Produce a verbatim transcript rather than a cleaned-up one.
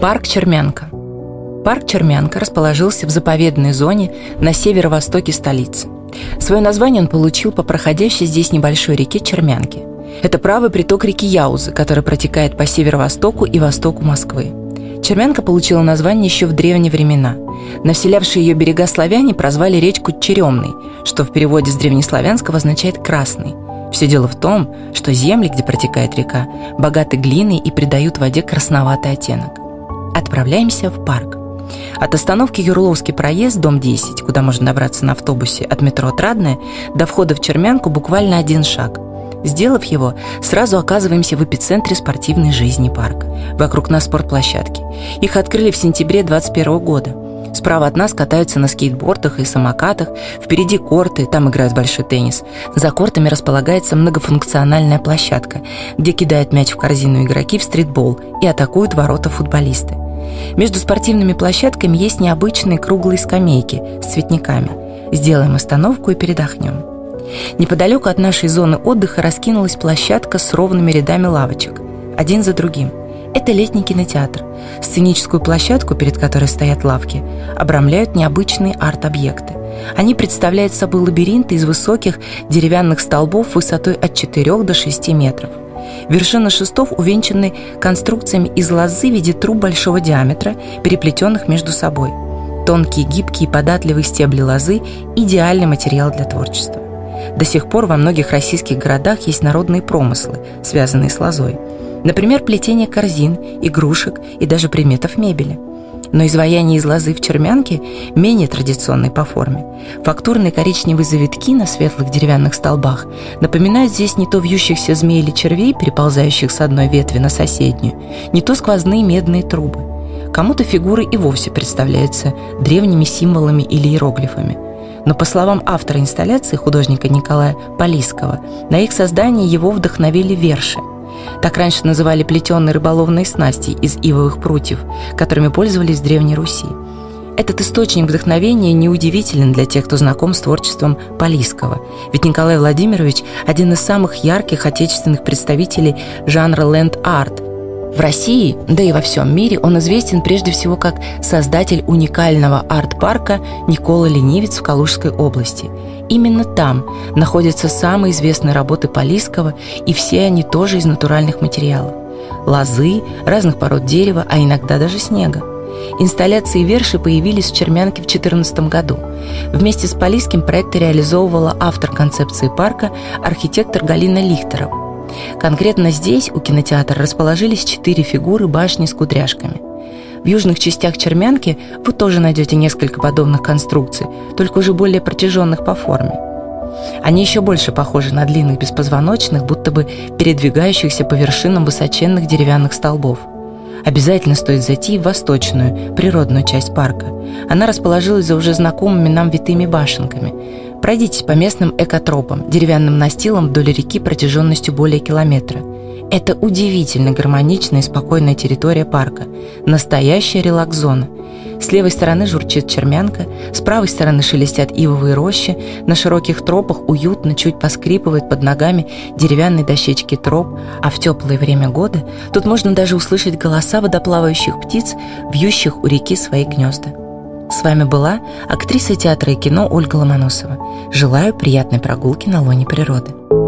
Парк Чермянка. Парк Чермянка расположился в заповедной зоне на северо-востоке столицы. Свое название он получил по проходящей здесь небольшой реке Чермянке. Это правый приток реки Яузы, которая протекает по северо-востоку и востоку Москвы. Чермянка получила название еще в древние времена. Населявшие ее берега славяне прозвали речку Черемной, что в переводе с древнеславянского означает «красный». Все дело в том, что земли, где протекает река, богаты глиной и придают воде красноватый оттенок. Отправляемся в парк. От остановки Юрловский проезд, дом десять, куда можно добраться на автобусе от метро Отрадное, до входа в Чермянку буквально один шаг. Сделав его, сразу оказываемся в эпицентре спортивной жизни парка. Вокруг нас спортплощадки. Их открыли в сентябре двадцать первого года. Справа от нас катаются на скейтбордах и самокатах, впереди корты, там играют в большой теннис. За кортами располагается многофункциональная площадка, где кидают мяч в корзину игроки в стритбол и атакуют ворота футболисты. Между спортивными площадками есть необычные круглые скамейки с цветниками. Сделаем остановку и передохнем. Неподалеку от нашей зоны отдыха раскинулась площадка с ровными рядами лавочек, один за другим. Это летний кинотеатр. Сценическую площадку, перед которой стоят лавки, обрамляют необычные арт-объекты. Они представляют собой лабиринты из высоких деревянных столбов высотой от четырёх до шести метров. Вершины шестов увенчаны конструкциями из лозы в виде труб большого диаметра, переплетенных между собой. Тонкие, гибкие и податливые стебли лозы – идеальный материал для творчества. До сих пор во многих российских городах есть народные промыслы, связанные с лозой. Например, плетение корзин, игрушек и даже предметов мебели. Но изваяние из лозы в Чермянке менее традиционное по форме. Фактурные коричневые завитки на светлых деревянных столбах напоминают здесь не то вьющихся змей или червей, переползающих с одной ветви на соседнюю, не то сквозные медные трубы. Кому-то фигуры и вовсе представляются древними символами или иероглифами. Но, по словам автора инсталляции, художника Николая Полисского, на их создание его вдохновили верши. Так раньше называли плетеные рыболовные снасти из ивовых прутьев, которыми пользовались в Древней Руси. Этот источник вдохновения неудивителен для тех, кто знаком с творчеством Полисского, ведь Николай Владимирович – один из самых ярких отечественных представителей жанра ленд-арт. В России, да и во всем мире, он известен прежде всего как создатель уникального арт-парка «Никола Ленивец» в Калужской области. Именно там находятся самые известные работы Полисского, и все они тоже из натуральных материалов – лозы, разных пород дерева, а иногда даже снега. Инсталляции верши появились в Чермянке в две тысячи четырнадцатом году. Вместе с Полисским проект реализовывала автор концепции парка, архитектор Галина Лихтерова. Конкретно здесь, у кинотеатра, расположились четыре фигуры башни с кудряшками. В южных частях Чермянки вы тоже найдете несколько подобных конструкций, только уже более протяженных по форме. Они еще больше похожи на длинных беспозвоночных, будто бы передвигающихся по вершинам высоченных деревянных столбов. Обязательно стоит зайти в восточную, природную часть парка. Она расположилась за уже знакомыми нам витыми башенками. Пройдитесь по местным экотропам, деревянным настилам вдоль реки протяженностью более километра. Это удивительно гармоничная и спокойная территория парка, настоящая релакс-зона. С левой стороны журчит Чермянка, с правой стороны шелестят ивовые рощи, на широких тропах уютно чуть поскрипывают под ногами деревянные дощечки троп, а в теплое время года тут можно даже услышать голоса водоплавающих птиц, вьющих у реки свои гнезда. С вами была актриса театра и кино Ольга Ломоносова. Желаю приятной прогулки на лоне природы.